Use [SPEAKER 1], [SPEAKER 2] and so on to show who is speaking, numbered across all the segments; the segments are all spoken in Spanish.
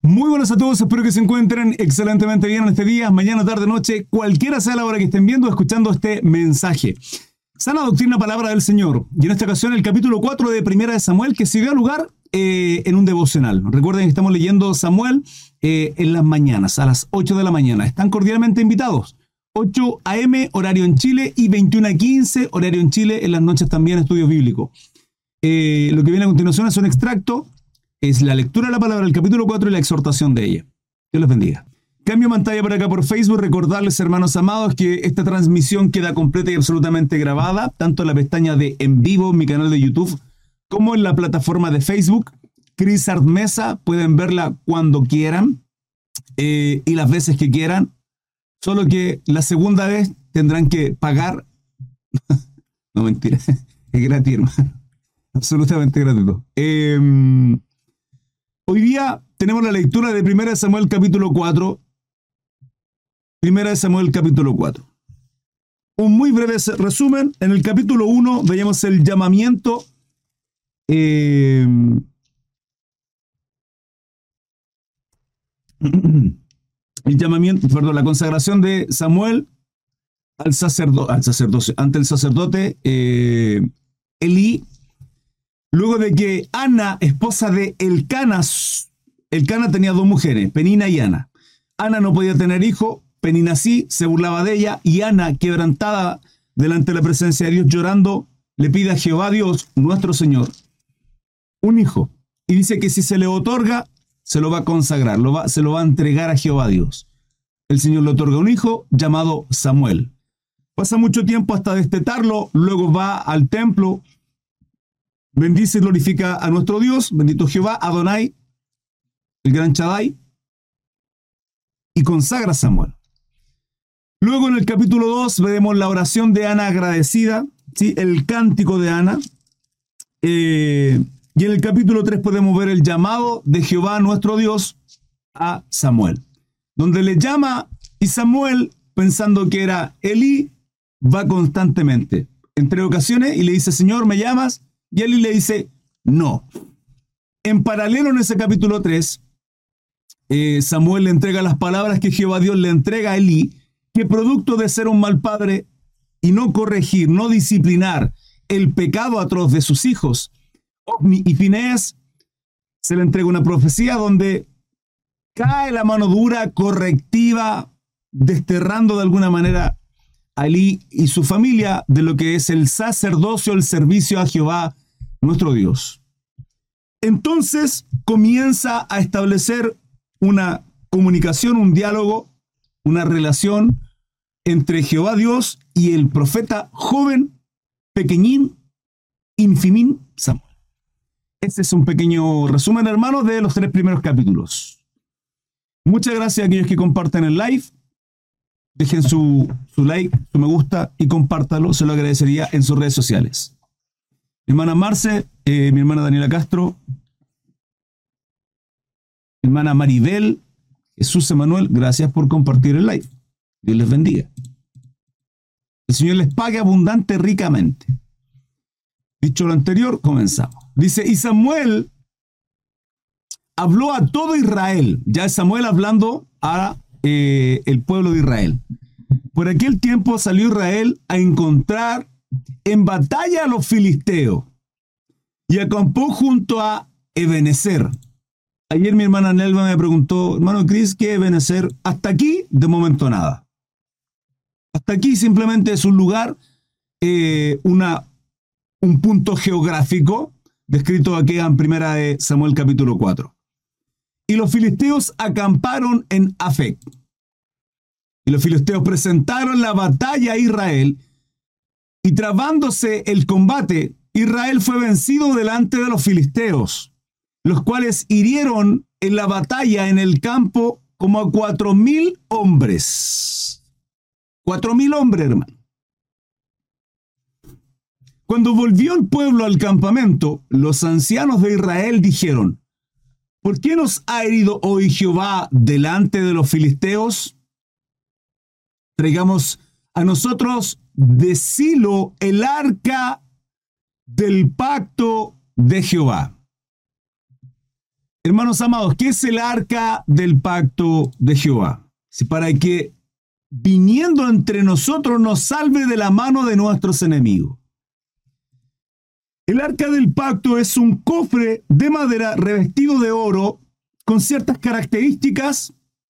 [SPEAKER 1] Muy buenas a todos, espero que se encuentren excelentemente bien en este día, mañana, tarde, noche, cualquiera sea la hora que estén viendo o escuchando este mensaje. Sana doctrina, palabra del Señor. Y en esta ocasión el capítulo 4 de Primera de Samuel, que se dio lugar en un devocional. Recuerden que estamos leyendo Samuel en las mañanas, a las 8 de la mañana. Están cordialmente invitados. 8 a.m. horario en Chile y 21 a 15 horario en Chile, en las noches también estudio bíblico. Lo que viene a continuación es un extracto. Es la lectura de la palabra del capítulo 4 y la exhortación de ella. Dios les bendiga. Cambio pantalla por acá por Facebook. Recordarles, hermanos amados, que esta transmisión queda completa y absolutamente grabada, tanto en la pestaña de En Vivo, mi canal de YouTube, como en la plataforma de Facebook. Cris Art Mesa, pueden verla cuando quieran y las veces que quieran. Solo que la segunda vez tendrán que pagar. No, mentira. Es gratis, hermano. Absolutamente gratuito. Hoy día tenemos la lectura de 1 Samuel capítulo 4. 1 Samuel capítulo 4. Un muy breve resumen. En el capítulo 1 veíamos el llamamiento. El llamamiento, perdón, la consagración de Samuel al sacerdocio, ante el sacerdote Elí. Luego de que Ana, esposa de Elcana tenía dos mujeres, Penina y Ana. Ana no podía tener hijo, Penina sí, se burlaba de ella, y Ana, quebrantada delante de la presencia de Dios, llorando, le pide a Jehová Dios, nuestro Señor, un hijo. Y dice que si se le otorga, se lo va a consagrar, se lo va a entregar a Jehová Dios. El Señor le otorga un hijo llamado Samuel. Pasa mucho tiempo hasta destetarlo, luego va al templo, bendice y glorifica a nuestro Dios, bendito Jehová, Adonai, el gran Shaddai, y consagra a Samuel. Luego en el capítulo 2 vemos la oración de Ana agradecida, ¿sí? El cántico de Ana. Y en el capítulo 3 podemos ver el llamado de Jehová, nuestro Dios, a Samuel, donde le llama y Samuel, pensando que era Elí, va constantemente, en 3 ocasiones, y le dice, Señor, ¿me llamas? Y Elí le dice, no. En paralelo en ese capítulo 3, Samuel le entrega las palabras que Jehová Dios le entrega a Elí, que producto de ser un mal padre y no corregir, no disciplinar el pecado atroz de sus hijos, Ofni y Fineas, se le entrega una profecía donde cae la mano dura, correctiva, desterrando de alguna manera a Elí y su familia de lo que es el sacerdocio, el servicio a Jehová, nuestro Dios. Entonces comienza a establecer una comunicación, un diálogo, una relación entre Jehová Dios y el profeta joven, pequeñín, infimín, Samuel. Este es un pequeño resumen, hermanos, de los 3 primeros capítulos. Muchas gracias a aquellos que comparten el live. Dejen su like, su me gusta y compártalo. Se lo agradecería en sus redes sociales. Mi hermana Marce, mi hermana Daniela Castro, mi hermana Maribel, Jesús Emanuel, gracias por compartir el live. Dios les bendiga. El Señor les pague abundante, ricamente. Dicho lo anterior, comenzamos. Dice, y Samuel habló a todo Israel. Ya es Samuel hablando a el pueblo de Israel. Por aquel tiempo salió Israel a encontrar en batalla a los filisteos y acampó junto a Ebenezer. Ayer mi hermana Nelva me preguntó, hermano Cris, ¿qué es Ebenezer? Hasta aquí, de momento nada. Hasta aquí simplemente es un lugar, un punto geográfico descrito aquí en 1 Samuel capítulo 4. Y los filisteos acamparon en Afec. Y los filisteos presentaron la batalla a Israel, y trabándose el combate, Israel fue vencido delante de los filisteos, los cuales hirieron en la batalla en el campo como a 4,000 hombres. 4,000 hombres, hermano. Cuando volvió el pueblo al campamento, los ancianos de Israel dijeron, ¿por qué nos ha herido hoy Jehová delante de los filisteos? Traigamos a nosotros de Silo el arca del pacto de Jehová. Hermanos amados, ¿qué es el arca del pacto de Jehová? Si para que viniendo entre nosotros nos salve de la mano de nuestros enemigos. El arca del pacto es un cofre de madera revestido de oro con ciertas características,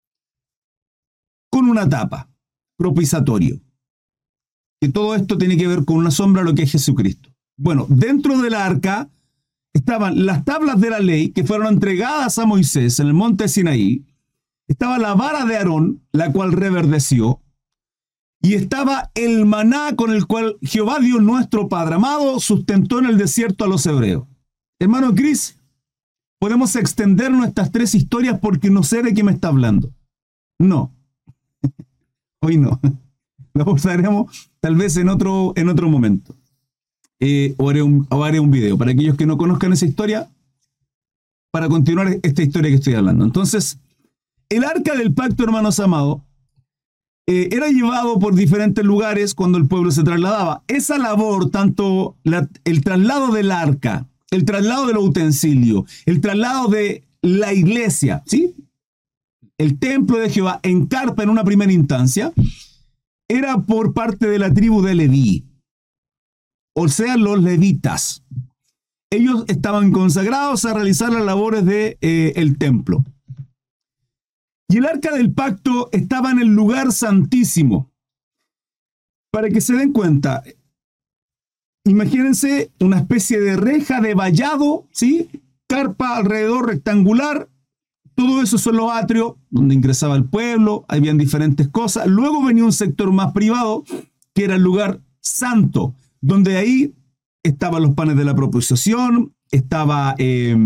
[SPEAKER 1] con una tapa, propiciatorio. Que todo esto tiene que ver con una sombra de lo que es Jesucristo. Bueno, dentro del arca estaban las tablas de la ley que fueron entregadas a Moisés en el monte Sinaí. Estaba la vara de Aarón, la cual reverdeció. Y estaba el maná con el cual Jehová Dios nuestro Padre amado sustentó en el desierto a los hebreos. Hermano Cris, podemos extender nuestras tres historias porque no sé de qué me está hablando. No. Hoy no. Lo abordaremos tal vez en otro momento. O haré un video para aquellos que no conozcan esa historia, para continuar esta historia que estoy hablando. Entonces, el arca del pacto, hermanos amados, era llevado por diferentes lugares cuando el pueblo se trasladaba. Esa labor, tanto el traslado del arca, el traslado de los utensilios, el traslado de la iglesia, ¿sí? El templo de Jehová en carpa en una primera instancia, era por parte de la tribu de Leví, o sea, los levitas. Ellos estaban consagrados a realizar las labores del templo. Y el arca del pacto estaba en el lugar santísimo. Para que se den cuenta, imagínense una especie de reja de vallado, ¿sí? Carpa alrededor rectangular. Todo eso son los atrios donde ingresaba el pueblo, habían diferentes cosas. Luego venía un sector más privado, que era el lugar santo, donde ahí estaban los panes de la proposición, estaba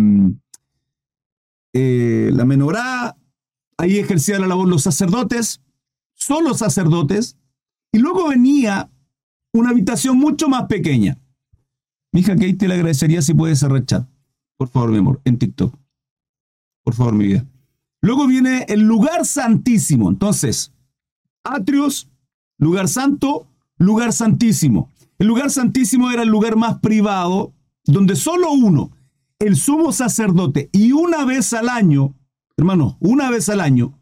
[SPEAKER 1] la menorá. Ahí ejercían la labor los sacerdotes, solo sacerdotes, y luego venía una habitación mucho más pequeña. Mi hija Kate, te le agradecería si puede cerrar el chat. Por favor, mi amor, en TikTok. Por favor, mi vida. Luego viene el lugar santísimo. Entonces, atrios, lugar santo, lugar santísimo. El lugar santísimo era el lugar más privado, donde solo uno, el sumo sacerdote, y una vez al año, hermanos, una vez al año,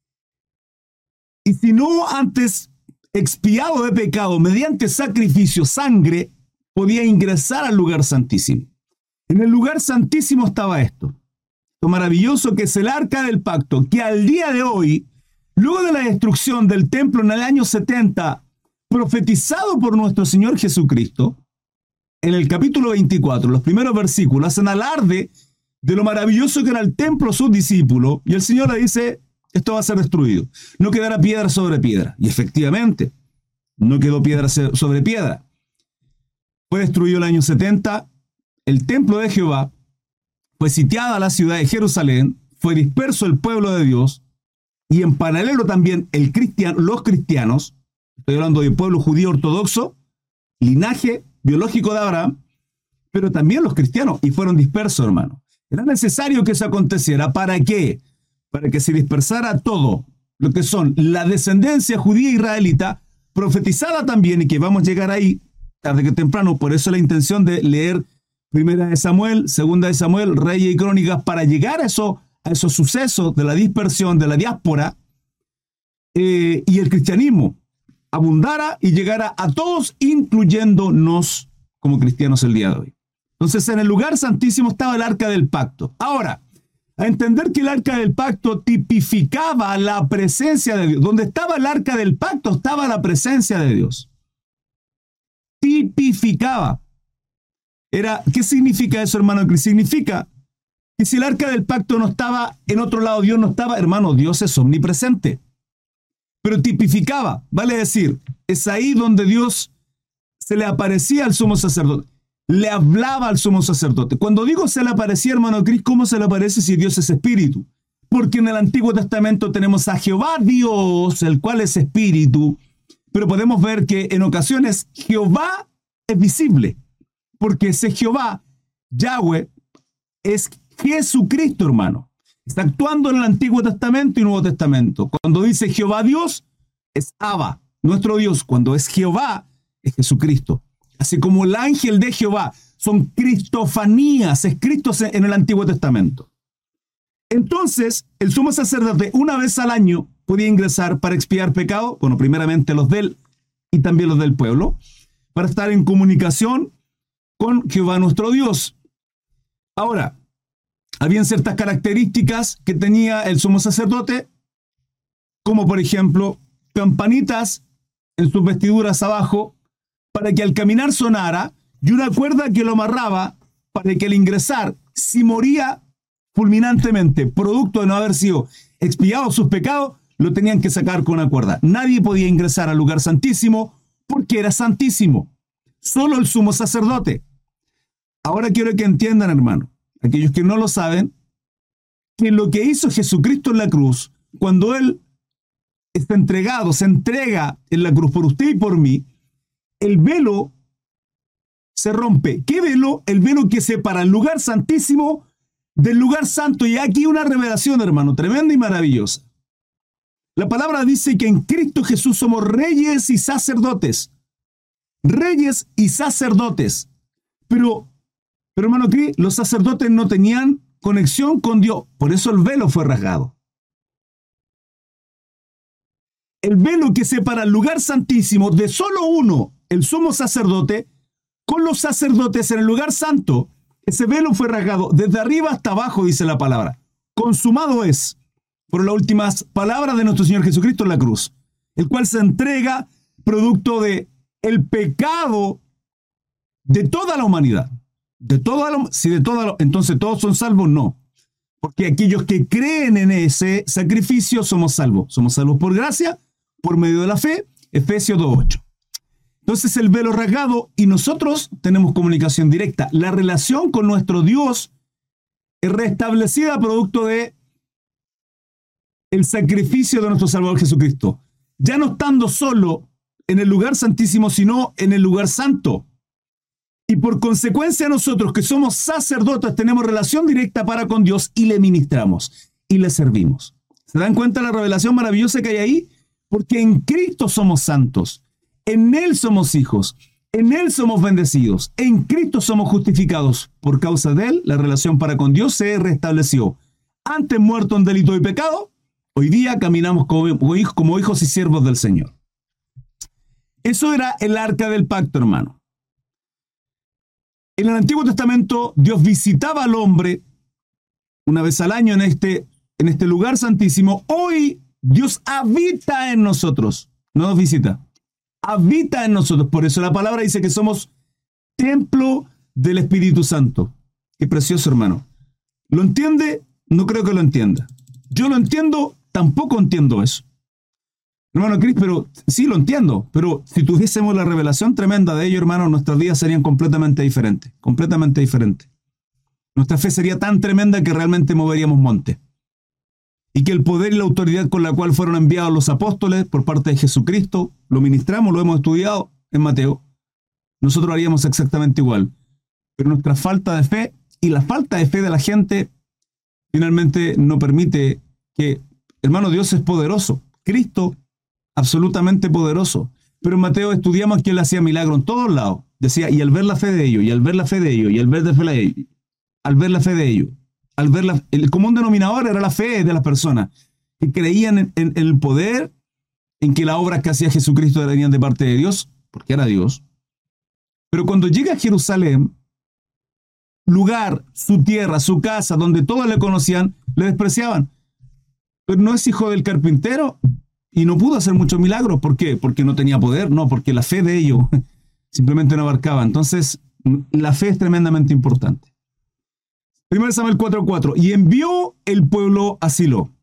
[SPEAKER 1] y si no antes expiado de pecado mediante sacrificio, sangre, podía ingresar al lugar santísimo. En el lugar santísimo estaba esto. Lo maravilloso que es el arca del pacto, que al día de hoy, luego de la destrucción del templo en el año 70, profetizado por nuestro Señor Jesucristo, en el capítulo 24, los primeros versículos, hacen alarde de lo maravilloso que era el templo sus discípulos, y el Señor le dice, esto va a ser destruido. No quedará piedra sobre piedra. Y efectivamente, no quedó piedra sobre piedra. Fue destruido el año 70, el templo de Jehová, fue sitiada la ciudad de Jerusalén, fue disperso el pueblo de Dios, y en paralelo también los cristianos, estoy hablando del pueblo judío ortodoxo, linaje biológico de Abraham, pero también los cristianos, y fueron dispersos, hermano. Era necesario que eso aconteciera. ¿Para qué? Para que se dispersara todo lo que son la descendencia judía israelita, profetizada también, y que vamos a llegar ahí tarde que temprano. Por eso la intención de leer Primera de Samuel, Segunda de Samuel, Reyes y Crónicas, para llegar a esos sucesos de la dispersión, de la diáspora, y el cristianismo abundara y llegara a todos, incluyéndonos como cristianos el día de hoy. Entonces, en el lugar santísimo estaba el arca del pacto. Ahora, a entender que el arca del pacto tipificaba la presencia de Dios. Donde estaba el arca del pacto estaba la presencia de Dios. Tipificaba. ¿Qué significa eso, hermano? ¿Qué significa? Que si el arca del pacto no estaba en otro lado, Dios no estaba, hermano, Dios es omnipresente. Pero tipificaba, vale decir, es ahí donde Dios se le aparecía al sumo sacerdote. Le hablaba al sumo sacerdote. Cuando digo se le aparecía, hermano Cris, ¿cómo se le aparece si Dios es espíritu? Porque en el Antiguo Testamento tenemos a Jehová Dios, el cual es espíritu, pero podemos ver que en ocasiones Jehová es visible, porque ese Jehová, Yahweh, es Jesucristo, hermano. Está actuando en el Antiguo Testamento y Nuevo Testamento. Cuando dice Jehová Dios, es Abba, nuestro Dios. Cuando es Jehová, es Jesucristo. Así como el ángel de Jehová, son cristofanías escritos en el Antiguo Testamento. Entonces, el sumo sacerdote una vez al año podía ingresar para expiar pecado, bueno, primeramente los de él y también los del pueblo, para estar en comunicación con Jehová nuestro Dios. Ahora, habían ciertas características que tenía el sumo sacerdote, como por ejemplo, campanitas en sus vestiduras abajo, para que al caminar sonara, y una cuerda que lo amarraba para que al ingresar, si moría fulminantemente, producto de no haber sido expiados sus pecados, lo tenían que sacar con una cuerda. Nadie podía ingresar al lugar santísimo porque era santísimo. Solo el sumo sacerdote. Ahora quiero que entiendan, hermano, aquellos que no lo saben, que lo que hizo Jesucristo en la cruz, cuando Él está entregado, se entrega en la cruz por usted y por mí, el velo se rompe. ¿Qué velo? El velo que separa el lugar santísimo del lugar santo. Y aquí una revelación, hermano, tremenda y maravillosa. La palabra dice que en Cristo Jesús somos reyes y sacerdotes. Reyes y sacerdotes. Pero hermano, ¿qué? Los sacerdotes no tenían conexión con Dios. Por eso el velo fue rasgado. El velo que separa el lugar santísimo de solo uno, el sumo sacerdote, con los sacerdotes en el lugar santo, ese velo fue rasgado desde arriba hasta abajo, dice la palabra. Consumado es, por las últimas palabras de nuestro Señor Jesucristo en la cruz, el cual se entrega producto de el pecado de toda la humanidad. Entonces todos son salvos, no. Porque aquellos que creen en ese sacrificio somos salvos. Somos salvos por gracia, por medio de la fe, Efesios 2:8. Entonces el velo rasgado y nosotros tenemos comunicación directa. La relación con nuestro Dios es restablecida producto de el sacrificio de nuestro Salvador Jesucristo. Ya no estando solo en el lugar santísimo, sino en el lugar santo. Y por consecuencia nosotros que somos sacerdotes tenemos relación directa para con Dios y le ministramos y le servimos. ¿Se dan cuenta de la revelación maravillosa que hay ahí? Porque en Cristo somos santos. En Él somos hijos, en Él somos bendecidos, en Cristo somos justificados. Por causa de Él, la relación para con Dios se restableció. Antes muerto en delito y pecado, hoy día caminamos como hijos y siervos del Señor. Eso era el arca del pacto, hermano. En el Antiguo Testamento, Dios visitaba al hombre una vez al año en este lugar santísimo. Hoy, Dios habita en nosotros, no nos visita. Habita en nosotros. Por eso la palabra dice que somos templo del Espíritu Santo. Qué precioso, hermano. ¿Lo entiende? No creo que lo entienda. Yo lo entiendo, tampoco entiendo eso. Hermano Cris, pero sí lo entiendo. Pero si tuviésemos la revelación tremenda de ello, hermano, nuestras vidas serían completamente diferentes. Completamente diferentes. Nuestra fe sería tan tremenda que realmente moveríamos monte. Y que el poder y la autoridad con la cual fueron enviados los apóstoles por parte de Jesucristo, lo ministramos, lo hemos estudiado en Mateo, nosotros haríamos exactamente igual. Pero nuestra falta de fe y la falta de fe de la gente finalmente no permite que, hermano, Dios es poderoso. Cristo, absolutamente poderoso. Pero en Mateo estudiamos que Él hacía milagros en todos lados. Decía, y al ver la fe de ellos, y al ver la fe de ellos, y al ver la fe de ellos, al ver la fe de ellos. El común denominador era la fe de las personas que creían en el poder, en que las obras que hacía Jesucristo venían de parte de Dios, porque era Dios. Pero cuando llega a Jerusalén, lugar, su tierra, su casa, donde todos le conocían, le despreciaban. Pero no es hijo del carpintero y no pudo hacer muchos milagros. ¿Por qué? Porque no tenía poder, no, porque la fe de ellos simplemente no abarcaba. Entonces, la fe es tremendamente importante. 1 Samuel 4:4. Y envió el pueblo a Silo.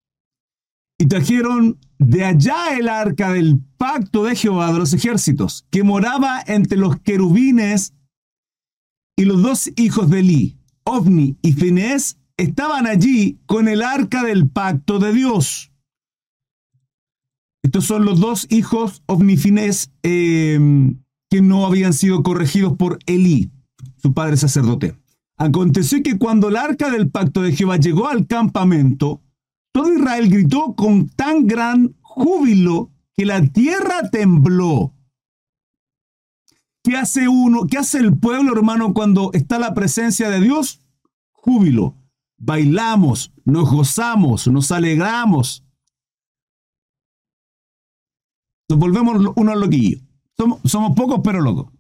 [SPEAKER 1] Y trajeron de allá el arca del pacto de Jehová de los ejércitos, que moraba entre los querubines, y los dos hijos de Elí, Ofni y Finés, estaban allí con el arca del pacto de Dios. Estos son los dos hijos, Ofni y Finés, que no habían sido corregidos por Elí, su padre sacerdote. Aconteció que cuando el arca del pacto de Jehová llegó al campamento, todo Israel gritó con tan gran júbilo que la tierra tembló. ¿Qué hace el pueblo, hermano, cuando está la presencia de Dios? Júbilo. bailamos, nos gozamos, nos alegramos. Nos volvemos unos loquillos. Somos pocos pero locos.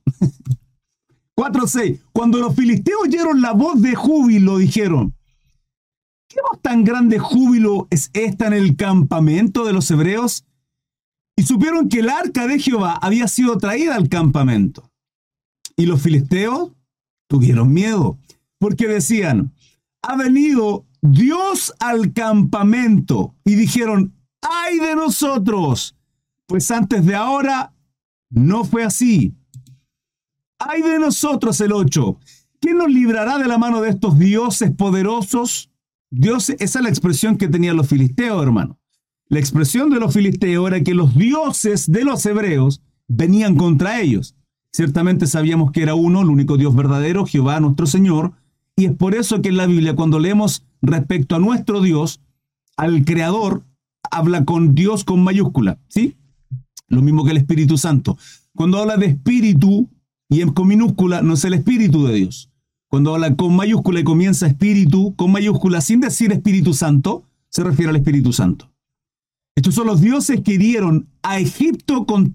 [SPEAKER 1] 4:6. Cuando los filisteos oyeron la voz de júbilo, dijeron: ¿qué voz tan grande júbilo es esta en el campamento de los hebreos? Y supieron que el arca de Jehová había sido traída al campamento. Y los filisteos tuvieron miedo, porque decían: ha venido Dios al campamento. Y dijeron: ¡ay de nosotros! Pues antes de ahora no fue así. ¡Ay de nosotros! El 8. ¿Quién nos librará de la mano de estos dioses poderosos? Dioses, esa es la expresión que tenían los filisteos, hermano. La expresión de los filisteos era que los dioses de los hebreos venían contra ellos. Ciertamente sabíamos que era uno, el único Dios verdadero, Jehová nuestro Señor, y es por eso que en la Biblia, cuando leemos respecto a nuestro Dios, al Creador, habla con Dios con mayúscula, ¿sí? Lo mismo que el Espíritu Santo. Cuando habla de espíritu y con minúscula, no es el Espíritu de Dios. Cuando habla con mayúscula y comienza espíritu con mayúscula sin decir Espíritu Santo, se refiere al Espíritu Santo. Estos son los dioses que hirieron a Egipto con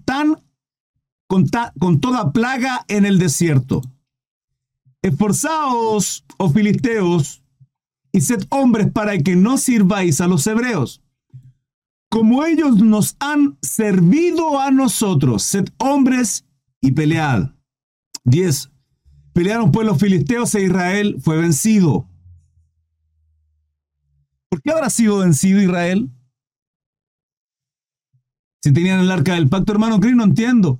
[SPEAKER 1] toda plaga en el desierto. Esforzaos, oh filisteos, y sed hombres para que no sirváis a los hebreos, como ellos nos han servido a nosotros. Sed hombres y pelead. 10. Pelearon pues los filisteos e Israel fue vencido. ¿Por qué habrá sido vencido Israel? Si tenían el arca del pacto, hermano Cris, no entiendo.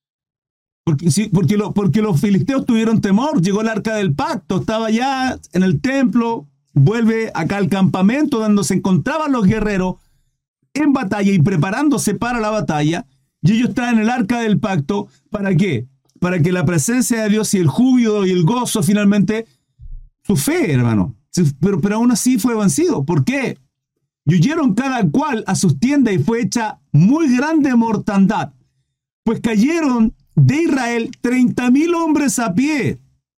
[SPEAKER 1] Porque los filisteos tuvieron temor. Llegó el arca del pacto, estaba ya en el templo, vuelve acá al campamento donde se encontraban los guerreros en batalla y preparándose para la batalla, y ellos traen el arca del pacto. ¿Para qué? Para que la presencia de Dios y el júbilo y el gozo finalmente, su fe, hermano. Pero aún así fue vencido. ¿Por qué? Y huyeron cada cual a sus tiendas y fue hecha muy grande mortandad, pues cayeron de Israel 30,000 hombres a pie.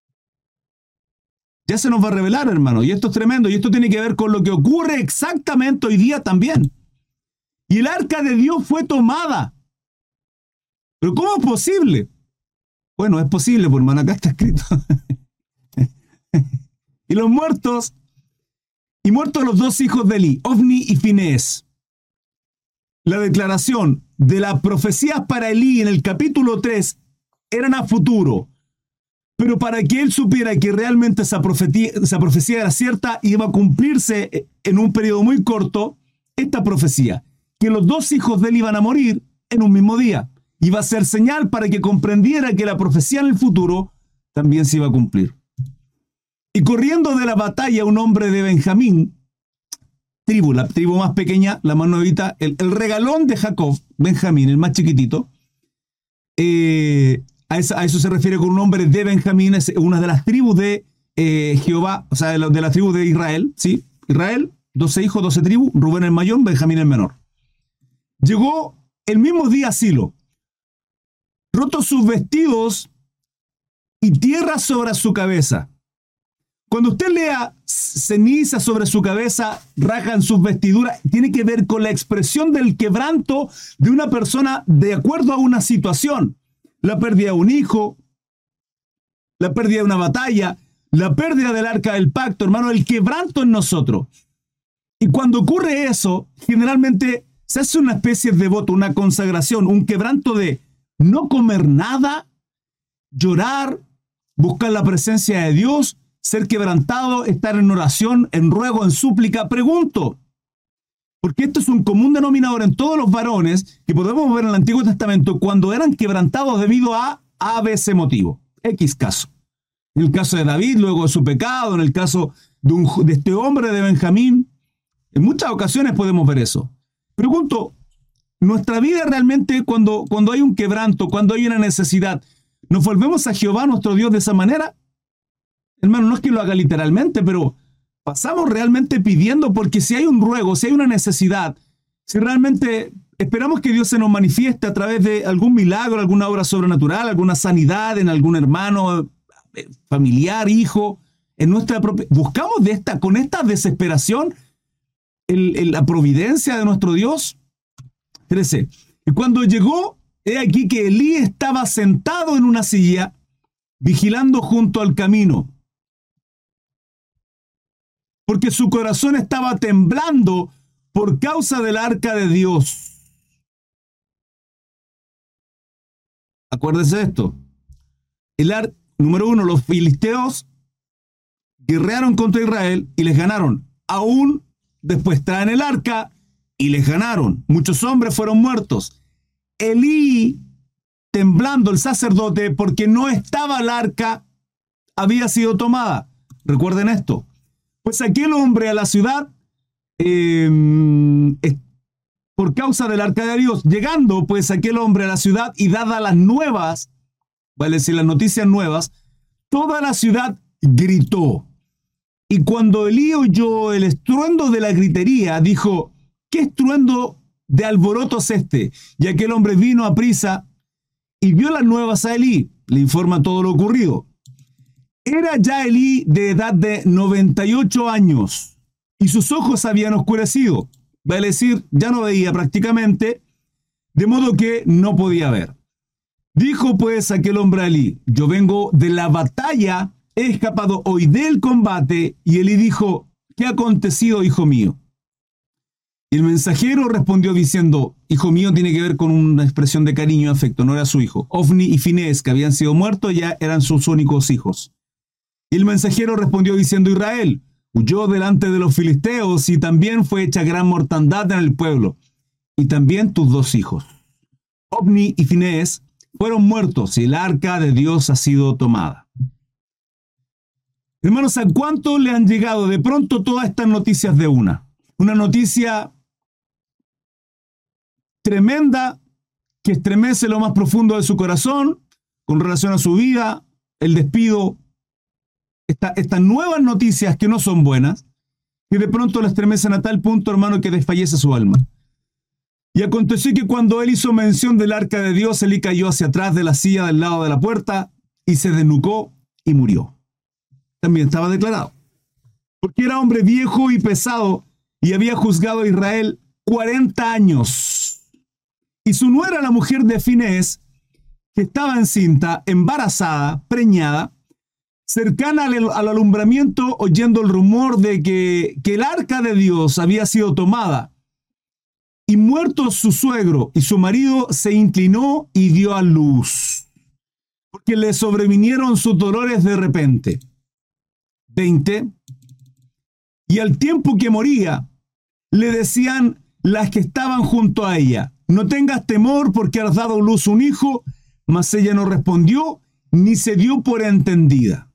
[SPEAKER 1] Ya se nos va a revelar, hermano, y esto es tremendo, y esto tiene que ver con lo que ocurre exactamente hoy día también. Y el arca de Dios fue tomada. ¿Pero cómo es posible? Bueno, es posible, pues, hermano, acá está escrito. Y los muertos, y muertos los dos hijos de Elí, Ofni y Finés. La declaración de las profecías para Elí en el capítulo 3 eran a futuro. Pero para que él supiera que realmente esa profecía era cierta, iba a cumplirse en un periodo muy corto esta profecía, que los dos hijos de él iban a morir en un mismo día. Iba a ser señal para que comprendiera que la profecía en el futuro también se iba a cumplir. Y corriendo de la batalla un hombre de Benjamín, la tribu más pequeña, la más nuevita, el regalón de Jacob, Benjamín, el más chiquitito, a eso se refiere con un hombre de Benjamín, es una de las tribus de Jehová, o sea, de la tribu de Israel, ¿sí? Israel, 12 hijos, 12 tribus, Rubén el mayor, Benjamín el menor. Llegó el mismo día a Silo, roto sus vestidos y tierra sobre su cabeza. Cuando usted lea ceniza sobre su cabeza, rajan sus vestiduras, tiene que ver con la expresión del quebranto de una persona de acuerdo a una situación. La pérdida de un hijo, la pérdida de una batalla, la pérdida del arca del pacto, hermano, el quebranto en nosotros. Y cuando ocurre eso, generalmente se hace una especie de voto, una consagración, un quebranto de no comer nada, llorar, buscar la presencia de Dios, ser quebrantado, estar en oración, en ruego, en súplica. Pregunto, porque esto es un común denominador en todos los varones que podemos ver en el Antiguo Testamento cuando eran quebrantados debido a ABC motivo, X caso. En el caso de David, luego de su pecado, en el caso de este hombre de Benjamín, en muchas ocasiones podemos ver eso. Pregunto, ¿nuestra vida realmente cuando hay un quebranto, cuando hay una necesidad, nos volvemos a Jehová nuestro Dios de esa manera? Hermano, no es que lo haga literalmente, pero pasamos realmente pidiendo, porque si hay un ruego, si hay una necesidad, si realmente esperamos que Dios se nos manifieste a través de algún milagro, alguna obra sobrenatural, alguna sanidad en algún hermano, familiar, hijo, buscamos con esta desesperación la providencia de nuestro Dios. 13. Y cuando llegó, he aquí que Elí estaba sentado en una silla, vigilando junto al camino, porque su corazón estaba temblando por causa del arca de Dios. Acuérdese de esto. Número 1, los filisteos guerrearon contra Israel y les ganaron. Aún después traen el arca y les ganaron. Muchos hombres fueron muertos. Elí, temblando el sacerdote, porque no estaba el arca, había sido tomada. Recuerden esto. Pues aquel hombre a la ciudad, por causa del arca de Dios, llegando pues aquel hombre a la ciudad y dadas las nuevas, vale decir las noticias nuevas, toda la ciudad gritó. Y cuando Elí oyó el estruendo de la gritería, dijo: ¿qué estruendo de alboroto es este? Y aquel hombre vino a prisa y vio las nuevas a Elí. Le informa todo lo ocurrido. Era ya Elí de edad de 98 años y sus ojos habían oscurecido. Vale decir, ya no veía prácticamente, de modo que no podía ver. Dijo pues aquel hombre a Elí: yo vengo de la batalla, he escapado hoy del combate. Y Elí dijo: ¿qué ha acontecido, hijo mío? Y el mensajero respondió diciendo: hijo mío tiene que ver con una expresión de cariño y afecto, no era su hijo. Ofni y Finés, que habían sido muertos, ya eran sus únicos hijos. Y el mensajero respondió diciendo: Israel huyó delante de los filisteos y también fue hecha gran mortandad en el pueblo. Y también tus 2 hijos, Ofni y Finés, fueron muertos y el arca de Dios ha sido tomada. Hermanos, ¿a cuánto le han llegado de pronto todas estas noticias de una? Una noticia tremenda que estremece lo más profundo de su corazón con relación a su vida, el despido, estas nuevas noticias que no son buenas, que de pronto le estremecen a tal punto, hermano, que desfallece su alma. Y aconteció que cuando él hizo mención del arca de Dios, Elí cayó hacia atrás de la silla del lado de la puerta y se desnucó y murió. También estaba declarado. Porque era hombre viejo y pesado y había juzgado a Israel 40 años. Y su nuera, la mujer de Finés, que estaba encinta, embarazada, preñada, cercana al alumbramiento, oyendo el rumor de que el arca de Dios había sido tomada, y muerto su suegro y su marido, se inclinó y dio a luz, porque le sobrevinieron sus dolores de repente. 20. Y al tiempo que moría, le decían las que estaban junto a ella: no tengas temor, porque has dado a luz un hijo. Mas ella no respondió, ni se dio por entendida.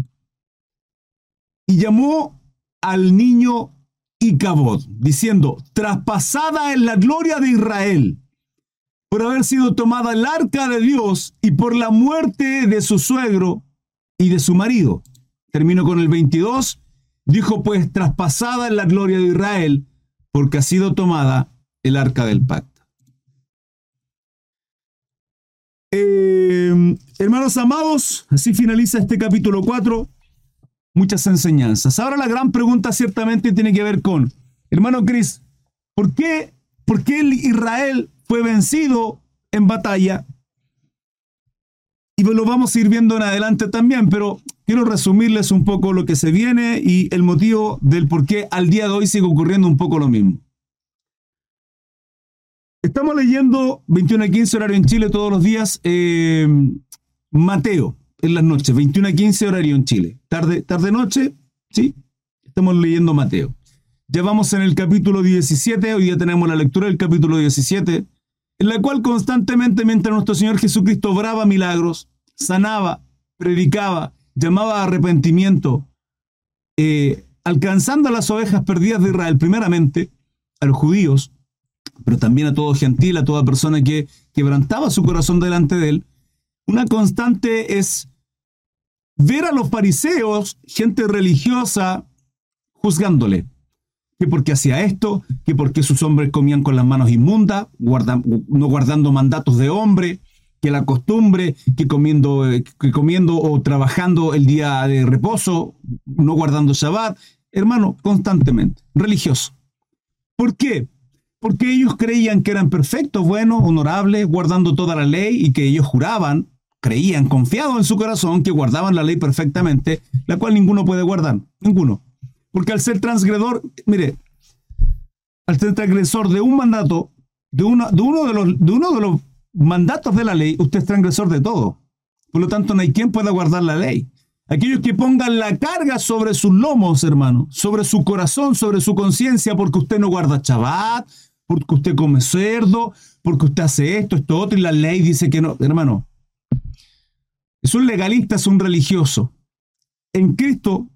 [SPEAKER 1] Y llamó al niño Icabod, diciendo: traspasada es la gloria de Israel, por haber sido tomada el arca de Dios y por la muerte de su suegro y de su marido. Termino con el 22. Dijo pues: traspasada es la gloria de Israel, porque ha sido tomada el arca del pacto. Hermanos amados, así finaliza este capítulo 4. Muchas enseñanzas. Ahora la gran pregunta ciertamente tiene que ver con, hermano Chris, ¿por qué Israel fue vencido en batalla? Y lo vamos a ir viendo en adelante también, pero quiero resumirles un poco lo que se viene y el motivo del por qué al día de hoy sigue ocurriendo un poco lo mismo. Estamos leyendo 21:15 horario en Chile todos los días, Mateo en las noches, 21:15 horario en Chile. Tarde-noche, ¿sí? Estamos leyendo Mateo. Ya vamos en el capítulo 17, hoy día tenemos la lectura del capítulo 17, en la cual constantemente, mientras nuestro Señor Jesucristo obraba milagros, sanaba, predicaba, llamaba a arrepentimiento, alcanzando a las ovejas perdidas de Israel, primeramente a los judíos, pero también a todo gentil, a toda persona que quebrantaba su corazón delante de él. Una constante es ver a los fariseos, gente religiosa, juzgándole. Que porque hacía esto, que porque sus hombres comían con las manos inmundas, no guardando mandatos de hombre, que la costumbre, que comiendo o trabajando el día de reposo, no guardando Shabbat. Hermano, constantemente, religioso. ¿Por qué? Porque ellos creían que eran perfectos, buenos, honorables, guardando toda la ley y que ellos juraban, creían, confiados en su corazón, que guardaban la ley perfectamente, la cual ninguno puede guardar, ninguno. Porque al ser transgredor, mire, al ser transgresor de un mandato, de uno de los mandatos de la ley, usted es transgresor de todo. Por lo tanto, no hay quien pueda guardar la ley. Aquellos que pongan la carga sobre sus lomos, hermano, sobre su corazón, sobre su conciencia, porque usted no guarda Shabbat, porque usted come cerdo, porque usted hace esto, esto, otro, y la ley dice que no. Hermano, es un legalista, es un religioso. En Cristo,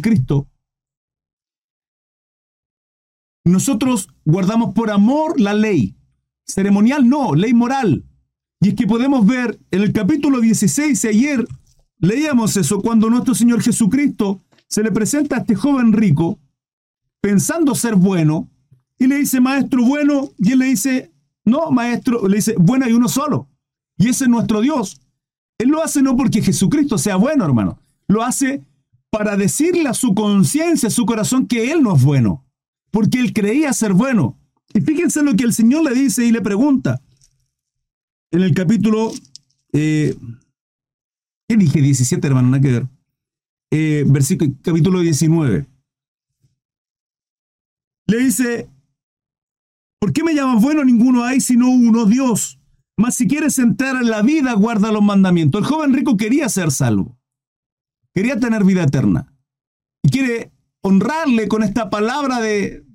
[SPEAKER 1] nosotros guardamos por amor la ley. Ceremonial no, ley moral. Y es que podemos ver en el capítulo 16, ayer leíamos eso, cuando nuestro Señor Jesucristo se le presenta a este joven rico, pensando ser bueno, y le dice, maestro bueno, y él le dice, no, maestro, le dice, bueno hay uno solo, y ese es nuestro Dios. Él lo hace no porque Jesucristo sea bueno, hermano, lo hace para decirle a su conciencia, a su corazón, que él no es bueno, porque él creía ser bueno. Y fíjense lo que el Señor le dice y le pregunta. En el capítulo, ¿qué dije? 17, hermano, nada que ver. Capítulo 19. Le dice, ¿por qué me llamas bueno? Ninguno hay sino uno, Dios. Mas si quieres entrar en la vida, guarda los mandamientos. El joven rico quería ser salvo. Quería tener vida eterna. Y quiere honrarle con esta palabra de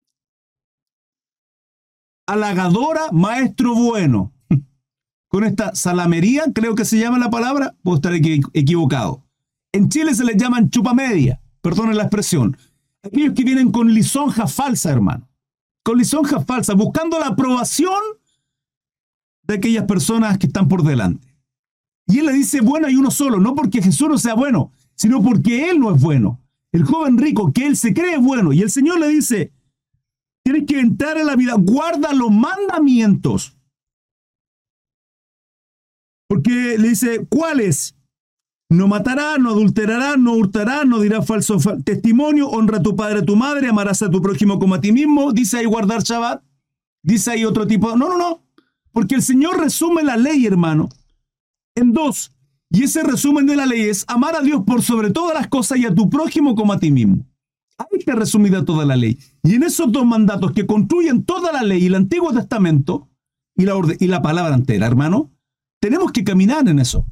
[SPEAKER 1] halagadora, maestro bueno. Con esta salamería, creo que se llama la palabra, puedo estar equivocado. En Chile se les llaman chupamedia, perdonen la expresión. Aquellos que vienen con lisonja falsa, hermano. Con lisonja falsa, buscando la aprobación de aquellas personas que están por delante. Y él le dice, bueno hay uno solo, no porque Jesús no sea bueno, sino porque él no es bueno. El joven rico, que él se cree bueno, y el Señor le dice, tienes que entrar en la vida, guarda los mandamientos. Porque le dice, ¿cuáles? No matarás, no adulterarás, no hurtarás, no dirás falso testimonio, honra a tu padre, a tu madre, amarás a tu prójimo como a ti mismo. Dice ahí guardar Shabbat. Dice ahí otro tipo. No. Porque el Señor resume la ley, hermano, en dos. Y ese resumen de la ley es amar a Dios por sobre todas las cosas y a tu prójimo como a ti mismo. Ahí está resumida toda la ley. Y en esos dos mandatos que construyen toda la ley y el Antiguo Testamento y la palabra entera, hermano, tenemos que caminar en eso.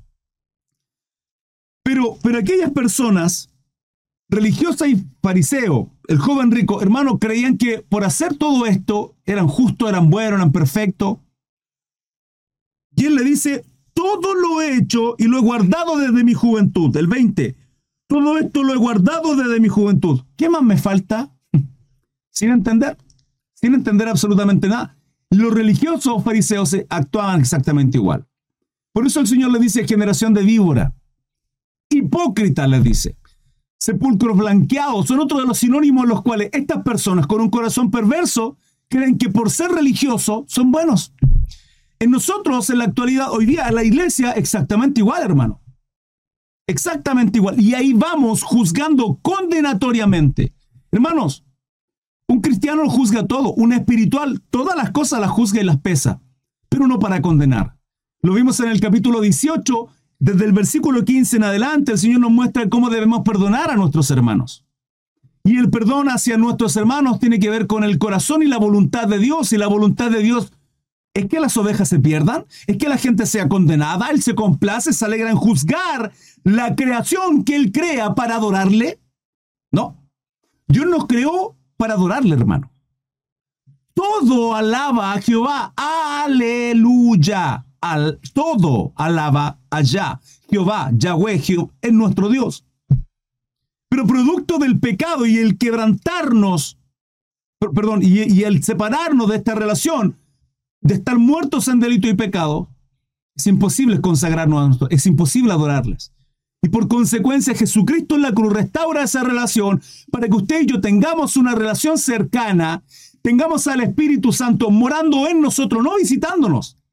[SPEAKER 1] Pero aquellas personas, religiosas y fariseo, el joven rico, hermano, creían que por hacer todo esto eran justos, eran buenos, eran perfectos. Y él le dice, todo lo he hecho y lo he guardado desde mi juventud. El 20, todo esto lo he guardado desde mi juventud. ¿Qué más me falta? Sin entender absolutamente nada. Los religiosos fariseos actuaban exactamente igual. Por eso el Señor le dice, generación de víbora. Hipócrita, les dice. Sepulcros blanqueados son otro de los sinónimos en los cuales estas personas con un corazón perverso creen que por ser religiosos son buenos. En nosotros, en la actualidad, hoy día, en la iglesia, exactamente igual, hermano. Exactamente igual. Y ahí vamos juzgando condenatoriamente. Hermanos, un cristiano juzga todo. Un espiritual, todas las cosas las juzga y las pesa. Pero no para condenar. Lo vimos en el capítulo 18, desde el versículo 15 en adelante, el Señor nos muestra cómo debemos perdonar a nuestros hermanos. Y el perdón hacia nuestros hermanos tiene que ver con el corazón y la voluntad de Dios. Y la voluntad de Dios es que las ovejas se pierdan, es que la gente sea condenada. Él se complace, se alegra en juzgar la creación que Él crea para adorarle. No, Dios nos creó para adorarle, hermano. Todo alaba a Jehová, aleluya. Todo alaba allá. Jehová, Yahweh, es nuestro Dios. Pero producto del pecado y el quebrantarnos, y el separarnos de esta relación, de estar muertos en delito y pecado, es imposible consagrarnos a nosotros, es imposible adorarles. Y por consecuencia, Jesucristo en la cruz restaura esa relación para que usted y yo tengamos una relación cercana, tengamos al Espíritu Santo morando en nosotros, no visitándonos.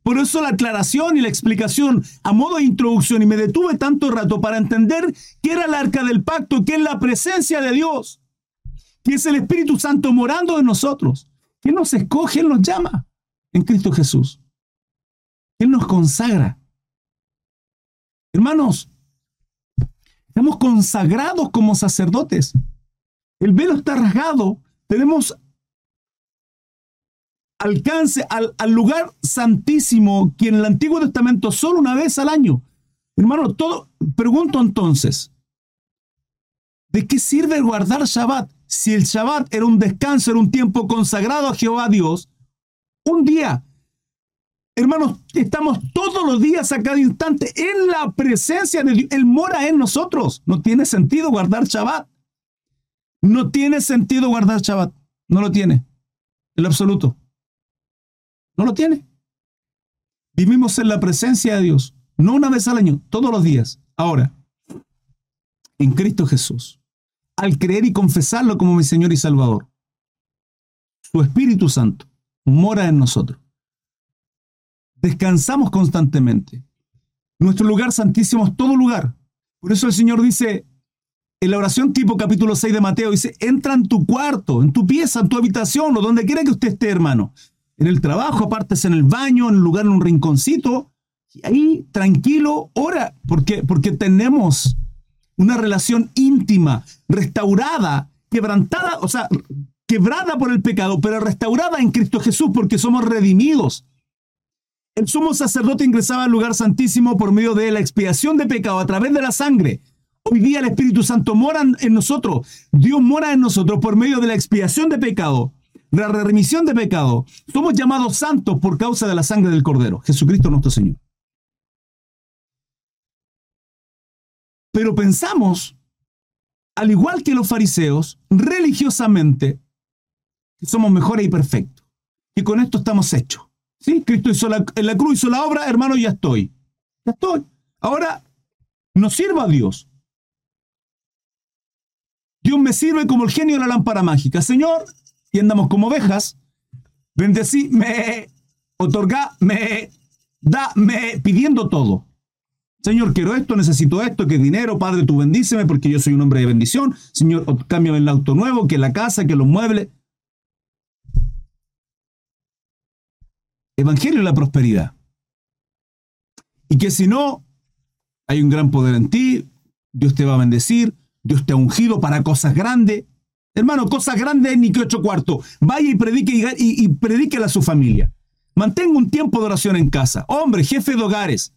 [SPEAKER 1] Por eso la aclaración y la explicación a modo de introducción, y me detuve tanto rato para entender qué era el arca del pacto, qué es la presencia de Dios, que es el Espíritu Santo morando en nosotros, que nos escoge, Él nos llama en Cristo Jesús. Él nos consagra. Hermanos, estamos consagrados como sacerdotes. El velo está rasgado. Tenemos alcance al lugar santísimo, que en el Antiguo Testamento solo una vez al año. Hermano, pregunto entonces, ¿de qué sirve guardar Shabbat? Si el Shabbat era un descanso, era un tiempo consagrado a Jehová Dios, un día. Hermanos, estamos todos los días a cada instante en la presencia de Dios. Él mora en nosotros. No tiene sentido guardar Shabbat. No tiene sentido guardar Shabbat. No lo tiene. En lo absoluto. No lo tiene. Vivimos en la presencia de Dios. No una vez al año, todos los días. Ahora, en Cristo Jesús, al creer y confesarlo como mi Señor y Salvador, su Espíritu Santo mora en nosotros. Descansamos constantemente. Nuestro lugar santísimo es todo lugar. Por eso el Señor dice, en la oración tipo capítulo 6 de Mateo, dice, entra en tu cuarto, en tu pieza, en tu habitación, o donde quiera que usted esté, hermano. En el trabajo, apártese en el baño, en un lugar, en un rinconcito, y ahí, tranquilo, ora, porque tenemos una relación íntima, restaurada, quebrantada, o sea, quebrada por el pecado, pero restaurada en Cristo Jesús, porque somos redimidos. El sumo sacerdote ingresaba al lugar santísimo por medio de la expiación de pecado a través de la sangre. Hoy día el Espíritu Santo mora en nosotros. Dios mora en nosotros por medio de la expiación de pecado, de la remisión de pecado. Somos llamados santos por causa de la sangre del Cordero, Jesucristo nuestro Señor. Pero pensamos, al igual que los fariseos, religiosamente, que somos mejores y perfectos. Y con esto estamos hechos. ¿Sí? Cristo en la cruz hizo la obra, hermano, ya estoy. Ya estoy. Ahora, nos sirva a Dios. Dios me sirve como el genio de la lámpara mágica. Señor, y andamos como ovejas, bendecime, otorgame, dame, pidiendo todo. Señor, quiero esto, necesito esto, que dinero, Padre, tú bendíceme porque yo soy un hombre de bendición. Señor, cámbiame el auto nuevo, que la casa, que los muebles. Evangelio de la prosperidad. Y que si no, hay un gran poder en ti, Dios te va a bendecir, Dios te ha ungido para cosas grandes. Hermano, cosas grandes ni que 8 cuartos. Vaya y predique y predíquele a su familia. Mantenga un tiempo de oración en casa. Hombre, jefes de hogares,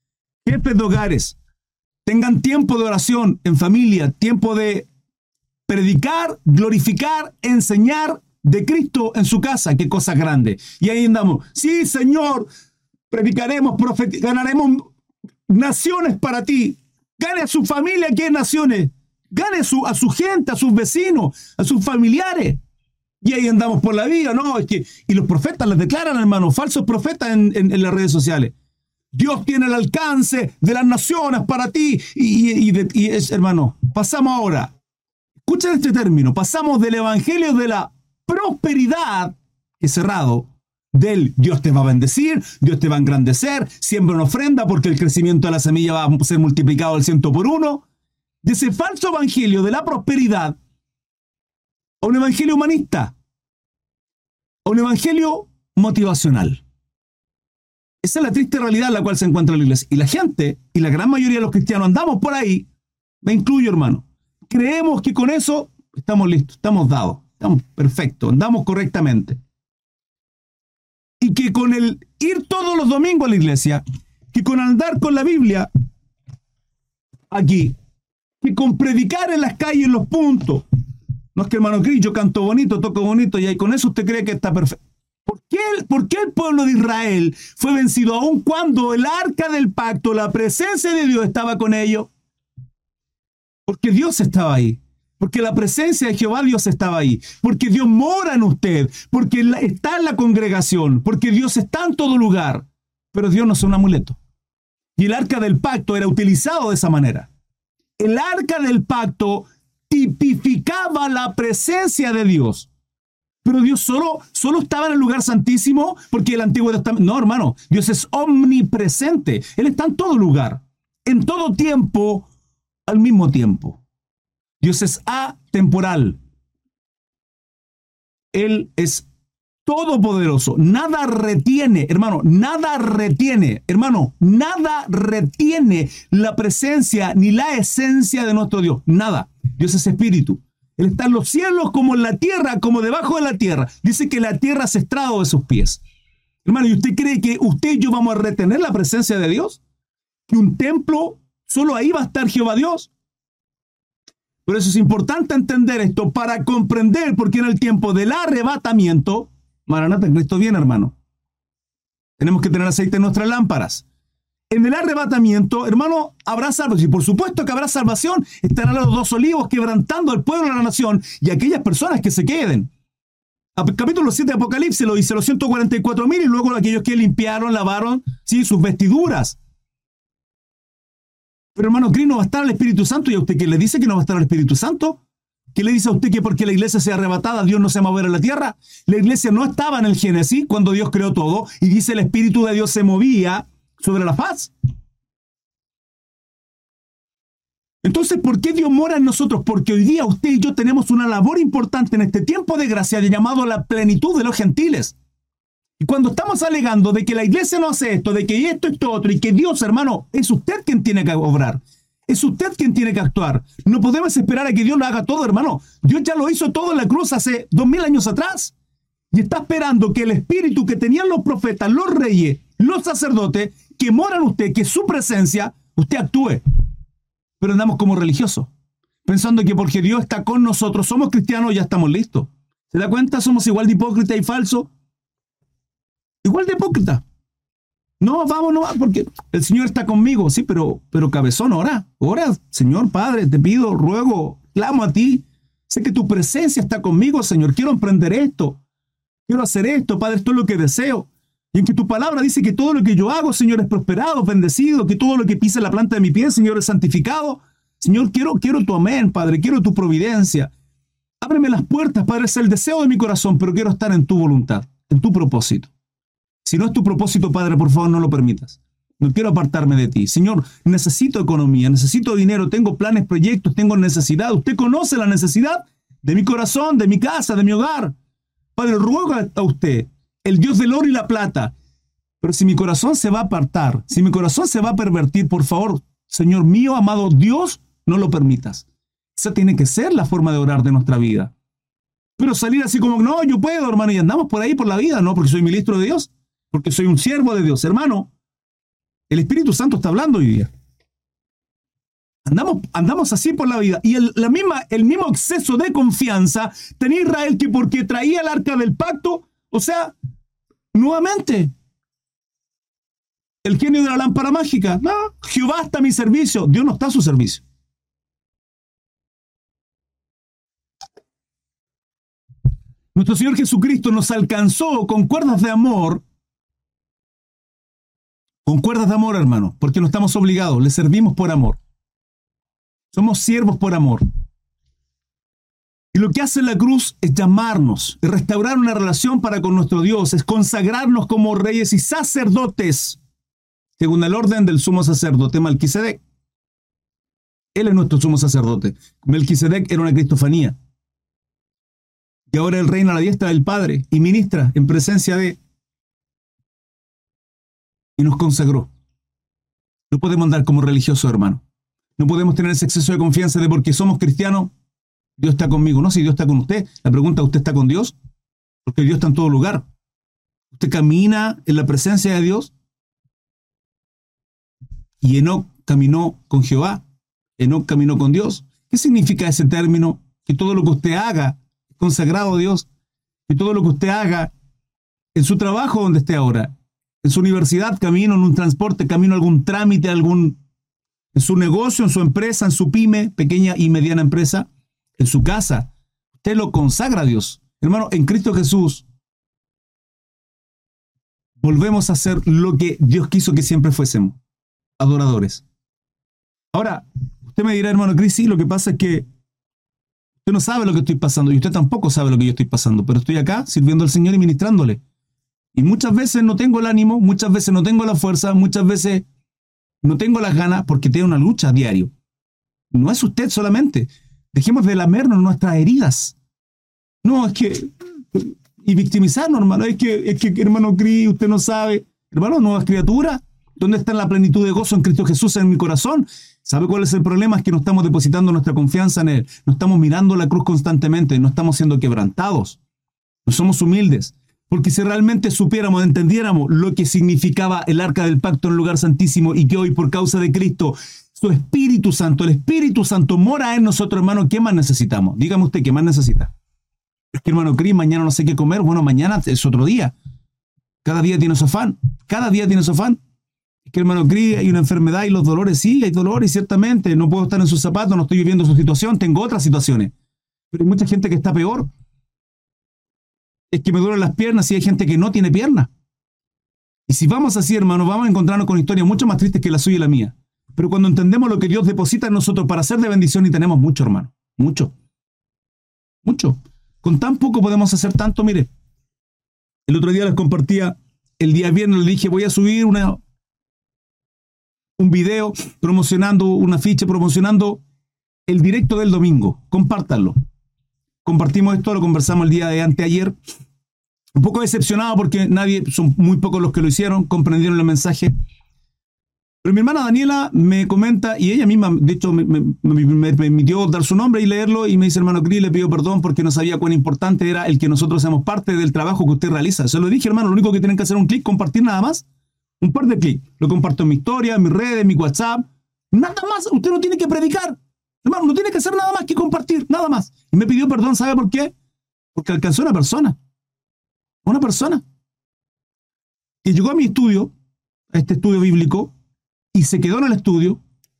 [SPEAKER 1] tengan tiempo de oración en familia, tiempo de predicar, glorificar, enseñar de Cristo en su casa. Qué cosas grandes. Y ahí andamos. Sí, Señor, predicaremos, ganaremos naciones para ti. Gane a su familia aquí en naciones. Gane a su gente, a sus vecinos, a sus familiares. Y ahí andamos por la vida, ¿no? Y los profetas les declaran, hermano, falsos profetas en las redes sociales. Dios tiene el alcance de las naciones para ti. Y es, hermano, pasamos ahora. Escuchen este término. Pasamos del evangelio de la prosperidad, que es cerrado, del Dios te va a bendecir, Dios te va a engrandecer, siembra una ofrenda porque el crecimiento de la semilla va a ser multiplicado al 100 por 1. De ese falso evangelio de la prosperidad a un evangelio humanista, a un evangelio motivacional. Esa es la triste realidad en la cual se encuentra la iglesia. Y la gente, y la gran mayoría de los cristianos, andamos por ahí, me incluyo, hermano. Creemos que con eso estamos listos, estamos dados, estamos perfectos, andamos correctamente. Y que con el ir todos los domingos a la iglesia, que con andar con la Biblia aquí, que con predicar en las calles, en los puntos. No es que, hermano Cris, yo canto bonito, toco bonito, y ahí con eso usted cree que está perfecto. ¿Por qué el pueblo de Israel fue vencido aun cuando el arca del pacto, la presencia de Dios estaba con ellos? Porque Dios estaba ahí. Porque la presencia de Jehová Dios estaba ahí. Porque Dios mora en usted. Porque está en la congregación. Porque Dios está en todo lugar. Pero Dios no es un amuleto. Y el arca del pacto era utilizado de esa manera. El arca del pacto tipificaba la presencia de Dios. Pero Dios solo estaba en el lugar santísimo porque el Antiguo Testamento... No, hermano, Dios es omnipresente. Él está en todo lugar, en todo tiempo, al mismo tiempo. Dios es atemporal. Él es todopoderoso. Nada retiene, hermano, nada retiene la presencia ni la esencia de nuestro Dios. Nada. Dios es espíritu. Él está en los cielos como en la tierra, como debajo de la tierra. Dice que la tierra es estrado de sus pies. Hermano, ¿y usted cree que usted y yo vamos a retener la presencia de Dios? ¿Que un templo, solo ahí va a estar Jehová Dios? Por eso es importante entender esto para comprender por qué en el tiempo del arrebatamiento, Maranata, Cristo viene, hermano. Tenemos que tener aceite en nuestras lámparas. En el arrebatamiento, hermano, habrá salvación. Y por supuesto que habrá salvación. Estarán los dos olivos quebrantando al pueblo de la nación y aquellas personas que se queden. Capítulo 7 de Apocalipsis lo dice, los 144,000 y luego aquellos que limpiaron, lavaron, ¿sí?, sus vestiduras. Pero hermano, ¿cree no va a estar el Espíritu Santo? ¿Y a usted qué le dice que no va a estar el Espíritu Santo? ¿Qué le dice a usted que porque la iglesia sea arrebatada, Dios no se va a mover en la tierra? La iglesia no estaba en el Génesis cuando Dios creó todo y dice el Espíritu de Dios se movía sobre la faz. Entonces, ¿por qué Dios mora en nosotros? Porque hoy día usted y yo tenemos una labor importante en este tiempo de gracia llamado la plenitud de los gentiles. Y cuando estamos alegando de que la iglesia no hace esto, de que esto otro, y que Dios, hermano, es usted quien tiene que obrar. Es usted quien tiene que actuar. No podemos esperar a que Dios lo haga todo, hermano. Dios ya lo hizo todo en la cruz hace 2000 años atrás. Y está esperando que el espíritu que tenían los profetas, los reyes, los sacerdotes, que moran en usted, que su presencia, usted actúe. Pero andamos como religiosos, pensando que porque Dios está con nosotros, somos cristianos, ya estamos listos. ¿Se da cuenta? Somos igual de hipócritas y falsos. Igual de hipócritas. No, vamos, no, porque el Señor está conmigo. Sí, pero cabezón, ora, Señor Padre, te pido, ruego, clamo a ti. Sé que tu presencia está conmigo, Señor. Quiero emprender esto. Quiero hacer esto, Padre, esto es lo que deseo. Y en que tu palabra dice que todo lo que yo hago, Señor, es prosperado, bendecido, que todo lo que pisa la planta de mi pie, Señor, es santificado. Señor, quiero tu amén, Padre, quiero tu providencia. Ábreme las puertas, Padre, es el deseo de mi corazón, pero quiero estar en tu voluntad, en tu propósito. Si no es tu propósito, Padre, por favor, no lo permitas. No quiero apartarme de ti. Señor, necesito economía, necesito dinero, tengo planes, proyectos, tengo necesidad. Usted conoce la necesidad de mi corazón, de mi casa, de mi hogar. Padre, ruego a usted, el Dios del oro y la plata. Pero si mi corazón se va a apartar, si mi corazón se va a pervertir, por favor, Señor mío, amado Dios, no lo permitas. Esa tiene que ser la forma de orar de nuestra vida. Pero salir así como, no, yo puedo, hermano, y andamos por ahí por la vida, no, porque soy ministro de Dios, porque soy un siervo de Dios. Hermano, el Espíritu Santo está hablando hoy día. Andamos así por la vida. Y el mismo exceso de confianza tenía Israel que porque traía el arca del pacto, o sea, nuevamente, el genio de la lámpara mágica. No, Jehová está a mi servicio. Dios no está a su servicio. Nuestro Señor Jesucristo nos alcanzó con cuerdas de amor. Con cuerdas de amor, hermano, porque no estamos obligados. Le servimos por amor. Somos siervos por amor. Y lo que hace la cruz es llamarnos, es restaurar una relación para con nuestro Dios, es consagrarnos como reyes y sacerdotes, según el orden del sumo sacerdote Melquisedec. Él es nuestro sumo sacerdote. Melquisedec era una cristofanía. Y ahora él reina a la diestra del Padre y ministra en presencia de... Y nos consagró. No podemos andar como religiosos, hermano. No podemos tener ese exceso de confianza de porque somos cristianos, Dios está conmigo. No, si Dios está con usted. La pregunta, ¿usted está con Dios? Porque Dios está en todo lugar. ¿Usted camina en la presencia de Dios? Y Enoc caminó con Jehová. Enoc caminó con Dios. ¿Qué significa ese término? Que todo lo que usted haga es consagrado a Dios. Que todo lo que usted haga en su trabajo donde esté ahora, en su universidad, camino en un transporte, camino a algún trámite, en su negocio, en su empresa, en su pyme, pequeña y mediana empresa, en su casa, usted lo consagra a Dios. Hermano, en Cristo Jesús volvemos a hacer lo que Dios quiso que siempre fuésemos, adoradores. Ahora, usted me dirá, hermano Cris, sí, lo que pasa es que Usted no sabe lo que estoy pasando y usted tampoco sabe lo que yo estoy pasando, pero estoy acá sirviendo al Señor y ministrándole. Y muchas veces no tengo el ánimo, muchas veces no tengo la fuerza, muchas veces no tengo las ganas porque tengo una lucha a diario. No es usted solamente. Dejemos de lamernos nuestras heridas. No, es que... Y victimizarnos, hermano. Es que hermano Cris, usted no sabe. Hermano, nuevas criaturas. ¿Dónde está la plenitud de gozo en Cristo Jesús en mi corazón? ¿Sabe cuál es el problema? Es que no estamos depositando nuestra confianza en Él. No estamos mirando la cruz constantemente. No estamos siendo quebrantados. No somos humildes. Porque si realmente supiéramos, entendiéramos lo que significaba el arca del pacto en el lugar santísimo y que hoy por causa de Cristo, su Espíritu Santo, el Espíritu Santo mora en nosotros, hermano, ¿qué más necesitamos? Dígame usted, ¿qué más necesita? Es que, hermano Cris, mañana no sé qué comer. Bueno, mañana es otro día. Cada día tiene su afán. Cada día tiene su afán. Es que, hermano Cris, hay una enfermedad y los dolores. Sí, hay dolores, ciertamente. No puedo estar en sus zapatos, no estoy viviendo su situación. Tengo otras situaciones. Pero hay mucha gente que está peor. Es que me duelen las piernas y hay gente que no tiene piernas. Y si vamos así, hermano, vamos a encontrarnos con historias mucho más tristes que la suya y la mía. Pero cuando entendemos lo que Dios deposita en nosotros para ser de bendición, y tenemos mucho, hermano. Mucho. Mucho. Con tan poco podemos hacer tanto. Mire, el otro día les compartía, el día viernes les dije, voy a subir un video promocionando, un afiche promocionando el directo del domingo. Compártanlo. Compartimos esto, lo conversamos el día de anteayer. Un poco decepcionado porque son muy pocos los que lo hicieron, comprendieron el mensaje. Pero mi hermana Daniela me comenta, y ella misma, de hecho, me permitió dar su nombre y leerlo, y me dice, hermano Cris, le pido perdón porque no sabía cuán importante era el que nosotros seamos parte del trabajo que usted realiza. Se lo dije, hermano, lo único que tienen que hacer es un clic, compartir nada más. Un par de clics. Lo comparto en mi historia, en mis redes, en mi WhatsApp. Nada más, usted no tiene que predicar. Hermano, no tiene que hacer nada más que compartir, nada más. Y me pidió perdón, ¿sabe por qué? Porque alcanzó una persona. Una persona que llegó a mi estudio, a este estudio bíblico, y se quedó en el estudio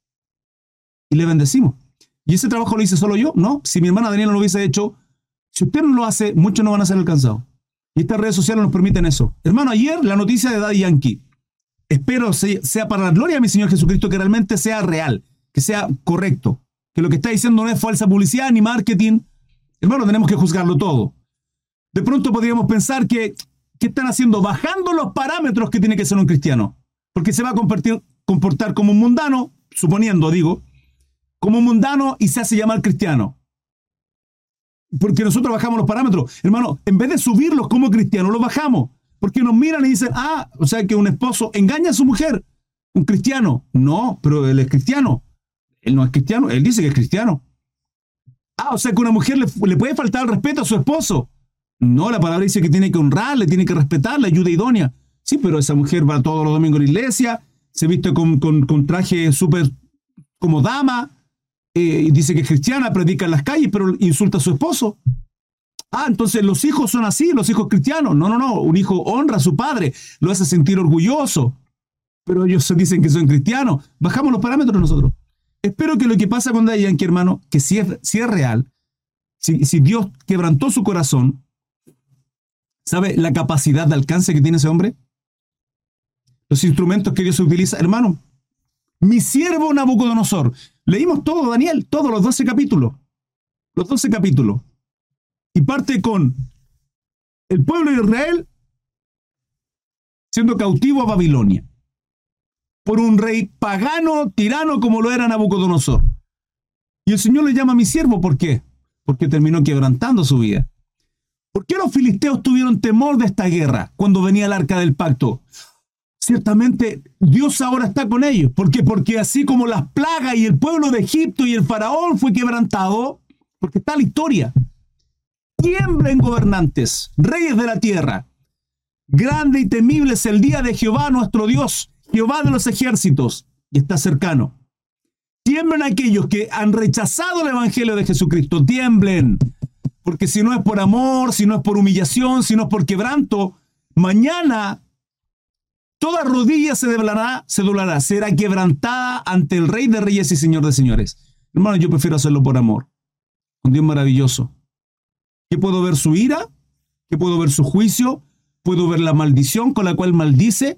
[SPEAKER 1] y le bendecimos. ¿Y ese trabajo lo hice solo yo? No. Si mi hermana Daniela lo hubiese hecho, si usted no lo hace, muchos no van a ser alcanzados. Y estas redes sociales nos permiten eso. Hermano, ayer la noticia de Daddy Yankee. Espero sea para la gloria de mi Señor Jesucristo, que realmente sea real, que sea correcto, que lo que está diciendo no es falsa publicidad ni marketing. Hermano, tenemos que juzgarlo todo. De pronto podríamos pensar que están haciendo, bajando los parámetros que tiene que ser un cristiano, porque se va a comportar como un mundano, suponiendo, digo, como un mundano y se hace llamar cristiano. Porque nosotros bajamos los parámetros. Hermano, en vez de subirlos como cristianos, los bajamos. Porque nos miran y dicen, o sea que un esposo engaña a su mujer, un cristiano. No, pero él es cristiano. Él no es cristiano, él dice que es cristiano. O sea que una mujer le puede faltar el respeto a su esposo. No, la palabra dice que tiene que honrarle, tiene que respetarle, ayuda idónea. Sí, pero esa mujer va todos los domingos a la iglesia, se viste con traje súper como dama, y dice que es cristiana, predica en las calles, pero insulta a su esposo. Entonces los hijos son así, los hijos cristianos. No, un hijo honra a su padre, lo hace sentir orgulloso, pero ellos se dicen que son cristianos. Bajamos los parámetros nosotros. Espero que lo que pasa con Daddy Yankee, hermano, que si es real, si Dios quebrantó su corazón, ¿sabe la capacidad de alcance que tiene ese hombre? Los instrumentos que Dios utiliza. Hermano, mi siervo Nabucodonosor. Leímos todo, Daniel, todos los 12 capítulos. Los 12 capítulos. Y parte con el pueblo de Israel siendo cautivo a Babilonia por un rey pagano, tirano como lo era Nabucodonosor. Y el Señor le llama a mi siervo. ¿Por qué? Porque terminó quebrantando su vida. ¿Por qué los filisteos tuvieron temor de esta guerra cuando venía el arca del pacto? Ciertamente Dios ahora está con ellos. ¿Por qué? Porque así como las plagas y el pueblo de Egipto y el faraón fue quebrantado, porque está la historia. Tiemblen gobernantes, reyes de la tierra. Grande y temible es el día de Jehová nuestro Dios, Jehová de los ejércitos, y está cercano. Tiemblen aquellos que han rechazado el evangelio de Jesucristo, tiemblen. Porque si no es por amor, si no es por humillación, si no es por quebranto, mañana toda rodilla se doblará, será quebrantada ante el Rey de Reyes y Señor de Señores. Hermano, yo prefiero hacerlo por amor. Un Dios maravilloso. ¿Qué puedo ver su ira? ¿Qué puedo ver su juicio? ¿Puedo ver la maldición con la cual maldice?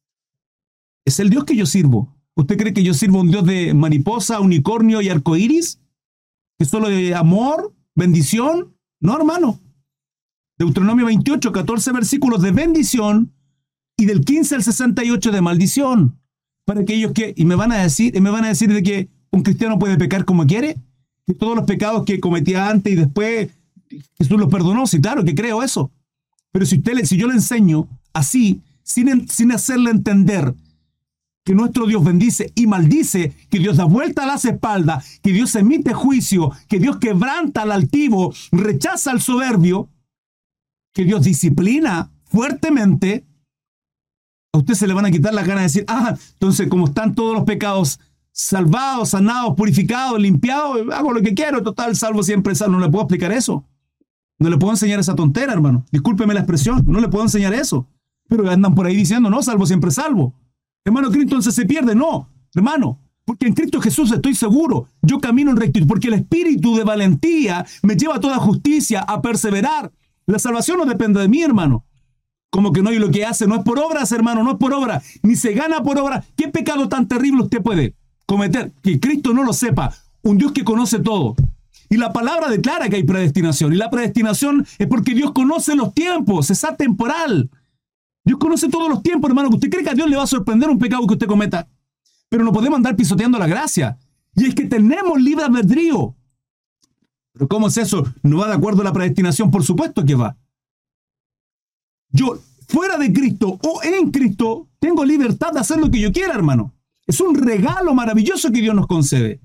[SPEAKER 1] Es el Dios que yo sirvo. ¿Usted cree que yo sirvo a un Dios de mariposa, unicornio y arcoíris? ¿Que solo de amor? ¿Bendición? No, hermano. Deuteronomio 28, 14 versículos de bendición y del 15 al 68 de maldición. Para aquellos que, y me van a decir de que un cristiano puede pecar como quiere, que todos los pecados que cometía antes y después Jesús los perdonó. Sí, claro que creo eso. Pero si yo le enseño así, sin hacerle entender que nuestro Dios bendice y maldice, que Dios da vuelta a las espaldas, que Dios emite juicio, que Dios quebranta al altivo, rechaza al soberbio, que Dios disciplina fuertemente, a usted se le van a quitar las ganas de decir, entonces como están todos los pecados salvados, sanados, purificados, limpiados, hago lo que quiero, total, salvo siempre salvo. No le puedo explicar eso. No le puedo enseñar esa tontera, hermano. Discúlpeme la expresión, no le puedo enseñar eso. Pero andan por ahí diciendo, no, salvo siempre salvo. Hermano, Cristo entonces se pierde. No, hermano, porque en Cristo Jesús estoy seguro. Yo camino en rectitud, porque el espíritu de valentía me lleva a toda justicia, a perseverar. La salvación no depende de mí, hermano. Como que no, y lo que hace no es por obras, hermano, no es por obra, ni se gana por obra. ¿Qué pecado tan terrible usted puede cometer? Que Cristo no lo sepa. Un Dios que conoce todo. Y la palabra declara que hay predestinación. Y la predestinación es porque Dios conoce los tiempos, es atemporal. Dios conoce todos los tiempos, hermano. ¿Usted cree que a Dios le va a sorprender un pecado que usted cometa? Pero no podemos andar pisoteando la gracia. Y es que tenemos libre albedrío. ¿Pero cómo es eso? ¿No va de acuerdo a la predestinación? Por supuesto que va. Yo, fuera de Cristo o en Cristo, tengo libertad de hacer lo que yo quiera, hermano. Es un regalo maravilloso que Dios nos concede.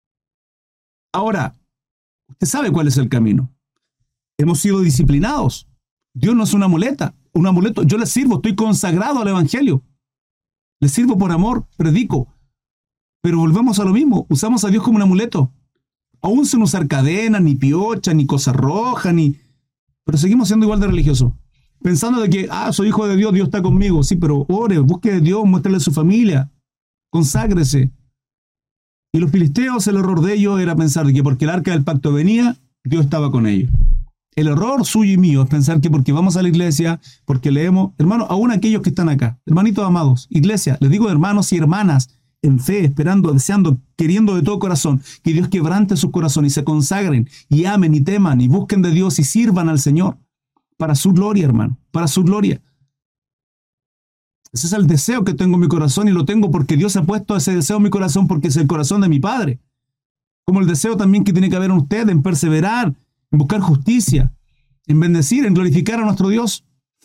[SPEAKER 1] Ahora, usted sabe cuál es el camino. Hemos sido disciplinados. Dios no es una muleta, un amuleto. Yo le sirvo, estoy consagrado al Evangelio. Le sirvo por amor, predico. Pero volvemos a lo mismo, usamos a Dios como un amuleto. Aún sin usar cadenas, ni piocha, ni cosa roja, pero seguimos siendo igual de religiosos. Pensando de que, soy hijo de Dios, Dios está conmigo. Sí, pero ore, busque a Dios, muéstrele a su familia, conságrese. Y los filisteos, el error de ellos era pensar de que porque el arca del pacto venía, Dios estaba con ellos. El error suyo y mío es pensar que porque vamos a la iglesia, porque leemos, hermano, aún aquellos que están acá, hermanitos amados, iglesia, les digo hermanos y hermanas, en fe, esperando, deseando, queriendo de todo corazón, que Dios quebrante sus corazones y se consagren, y amen y teman, y busquen de Dios y sirvan al Señor. Para su gloria, hermano, para su gloria. Ese es el deseo que tengo en mi corazón y lo tengo porque Dios ha puesto ese deseo en mi corazón porque es el corazón de mi Padre. Como el deseo también que tiene que haber en usted en perseverar, en buscar justicia, en bendecir, en glorificar a nuestro Dios.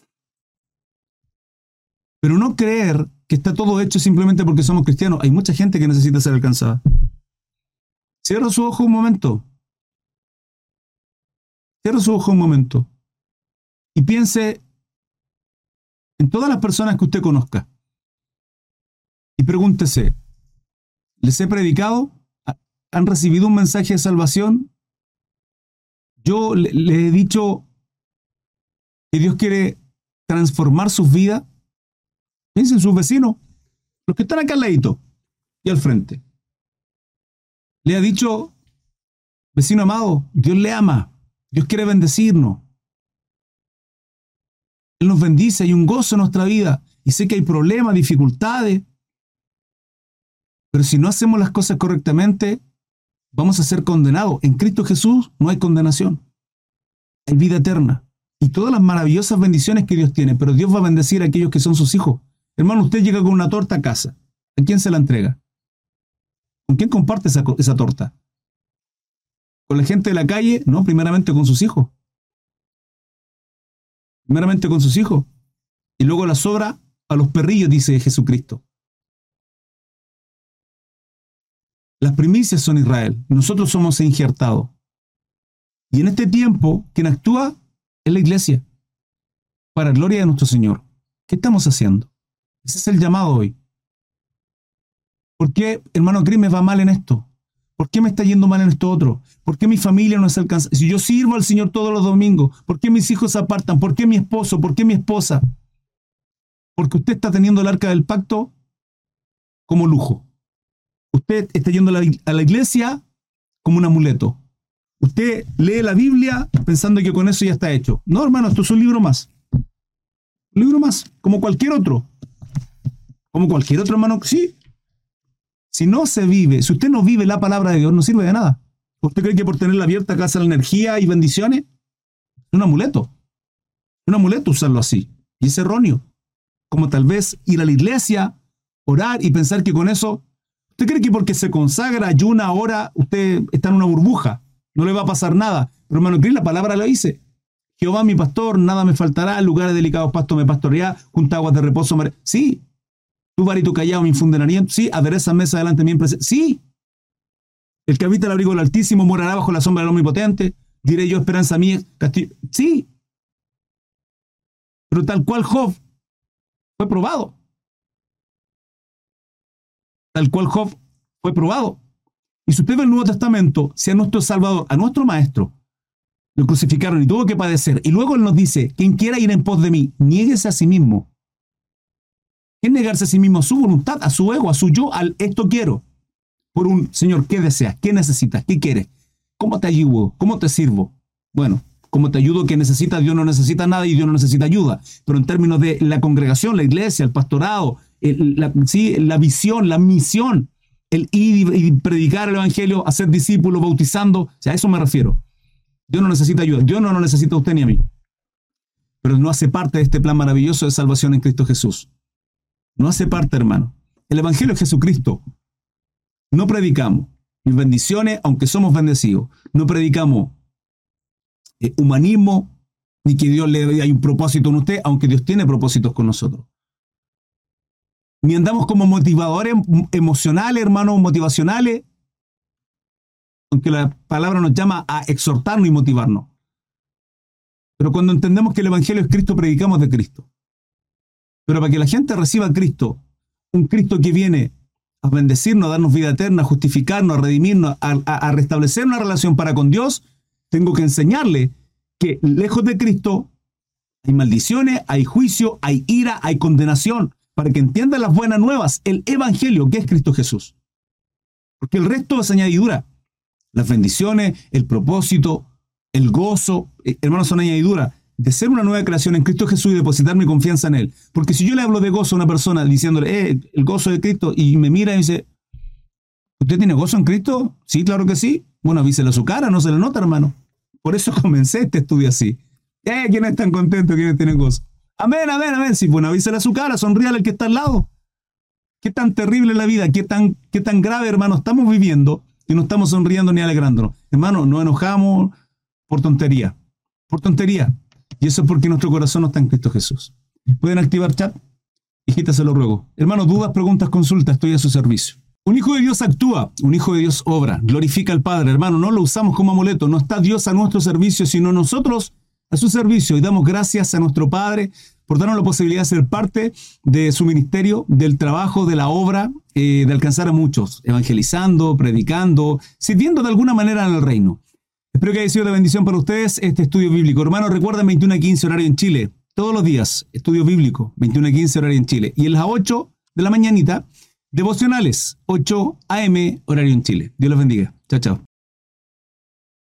[SPEAKER 1] Pero no creer que está todo hecho simplemente porque somos cristianos. Hay mucha gente que necesita ser alcanzada. Cierra su ojo un momento. Cierra su ojo un momento. Y piense en todas las personas que usted conozca. Y pregúntese, ¿les he predicado? ¿Han recibido un mensaje de salvación? ¿Yo le he dicho que Dios quiere transformar sus vidas? Piensen en sus vecinos, los que están acá al ladito y al frente. Le ha dicho, vecino amado, Dios le ama, Dios quiere bendecirnos. Él nos bendice, hay un gozo en nuestra vida. Y sé que hay problemas, dificultades. Pero si no hacemos las cosas correctamente, vamos a ser condenados. En Cristo Jesús no hay condenación. Hay vida eterna. Y todas las maravillosas bendiciones que Dios tiene. Pero Dios va a bendecir a aquellos que son sus hijos. Hermano, usted llega con una torta a casa. ¿A quién se la entrega? ¿Con quién comparte esa torta? ¿Con la gente de la calle? No, primeramente con sus hijos. Primeramente con sus hijos. Y luego la sobra a los perrillos, dice Jesucristo. Las primicias son Israel. Nosotros somos injertados. Y en este tiempo, quien actúa es la iglesia. Para gloria de nuestro Señor. ¿Qué estamos haciendo? Ese es el llamado hoy. ¿Por qué, hermano Cris, me va mal en esto? ¿Por qué me está yendo mal en esto otro? ¿Por qué mi familia no se alcanza? Si yo sirvo al Señor todos los domingos, ¿por qué mis hijos se apartan? ¿Por qué mi esposo? ¿Por qué mi esposa? Porque usted está teniendo el arca del pacto como lujo. Usted está yendo a la iglesia como un amuleto. Usted lee la Biblia pensando que con eso ya está hecho. No, hermano, esto es un libro más. Un libro más, como cualquier otro. Como cualquier otro, hermano, sí. Si no se vive, si usted no vive la palabra de Dios, no sirve de nada. ¿Usted cree que por tenerla abierta casa la energía y bendiciones? Es un amuleto. Es un amuleto usarlo así. Y es erróneo. Como tal vez ir a la iglesia, orar y pensar que con eso... ¿Usted cree que porque se consagra, ayuna, ora, usted está en una burbuja? No le va a pasar nada. Pero hermano Cris, la palabra lo dice. Jehová mi pastor, nada me faltará, lugares delicados pasto me pastoreará, junto a aguas de reposo. Sí. Tu vara y tu callado me infunden aliento. Sí. Adereza mesa delante de mí en presencia. Sí. El que habita el abrigo del Altísimo morará bajo la sombra del Omnipotente. Diré yo, esperanza mía, castillo. Sí. Pero tal cual Job fue probado. Tal cual Job fue probado. Y si usted ve el Nuevo Testamento, si a nuestro Salvador, a nuestro Maestro, lo crucificaron y tuvo que padecer, y luego Él nos dice, quien quiera ir en pos de mí, niéguese a sí mismo. ¿Qué es negarse a sí mismo? A su voluntad, a su ego, a su yo, al esto quiero. Por un, Señor, ¿qué deseas? ¿Qué necesitas? ¿Qué quieres? ¿Cómo te ayudo? ¿Cómo te sirvo? Bueno, ¿cómo te ayudo? ¿Qué necesitas? Dios no necesita nada y Dios no necesita ayuda. Pero en términos de la congregación, la iglesia, el pastorado, la visión, la misión, el ir y predicar el evangelio, hacer discípulos, bautizando, o sea, a eso me refiero. Dios no necesita ayuda. Dios no necesita a usted ni a mí. Pero no hace parte de este plan maravilloso de salvación en Cristo Jesús. No hace parte, hermano. El evangelio es Jesucristo. No predicamos mis bendiciones, aunque somos bendecidos. No predicamos humanismo, ni que Dios le hay un propósito en usted, aunque Dios tiene propósitos con nosotros. Ni andamos como motivadores emocionales, hermanos, motivacionales, aunque la palabra nos llama a exhortarnos y motivarnos. Pero cuando entendemos que el evangelio es Cristo, predicamos de Cristo. Pero para que la gente reciba a Cristo, un Cristo que viene a bendecirnos, a darnos vida eterna, a justificarnos, a redimirnos, a restablecer una relación para con Dios, tengo que enseñarle que lejos de Cristo hay maldiciones, hay juicio, hay ira, hay condenación, para que entiendan las buenas nuevas, el evangelio que es Cristo Jesús. Porque el resto es añadidura. Las bendiciones, el propósito, el gozo, hermanos, son añadidura de ser una nueva creación en Cristo Jesús y depositar mi confianza en Él. Porque si yo le hablo de gozo a una persona diciéndole, el gozo de Cristo, y me mira y dice, ¿usted tiene gozo en Cristo? Sí, claro que sí. Bueno, avísele a su cara, no se le nota, hermano. Por eso comencé este estudio así. ¿Quiénes están contentos? ¿Quiénes tienen gozo? Amén, amén, amén. Sí, bueno, avísele a su cara, sonríale al que está al lado. Qué tan terrible es la vida, qué tan grave, hermano, estamos viviendo y no estamos sonriendo ni alegrándonos. Hermano, nos enojamos por tontería. Por tontería. Y eso es porque nuestro corazón no está en Cristo Jesús. ¿Pueden activar chat? Hijita, se lo ruego. Hermano, dudas, preguntas, consultas, estoy a su servicio. Un hijo de Dios actúa, un hijo de Dios obra, glorifica al Padre. Hermano, no lo usamos como amuleto, no está Dios a nuestro servicio, sino nosotros a su servicio. Y damos gracias a nuestro Padre por darnos la posibilidad de ser parte de su ministerio, del trabajo, de la obra, de alcanzar a muchos, evangelizando, predicando, sirviendo de alguna manera en el reino. Espero que haya sido de bendición para ustedes este estudio bíblico. Hermanos, recuerden 21:15 horario en Chile. Todos los días, estudio bíblico, 21:15 horario en Chile. Y en las 8 de la mañanita, devocionales, 8 a.m. horario en Chile. Dios los bendiga. Chao, chao.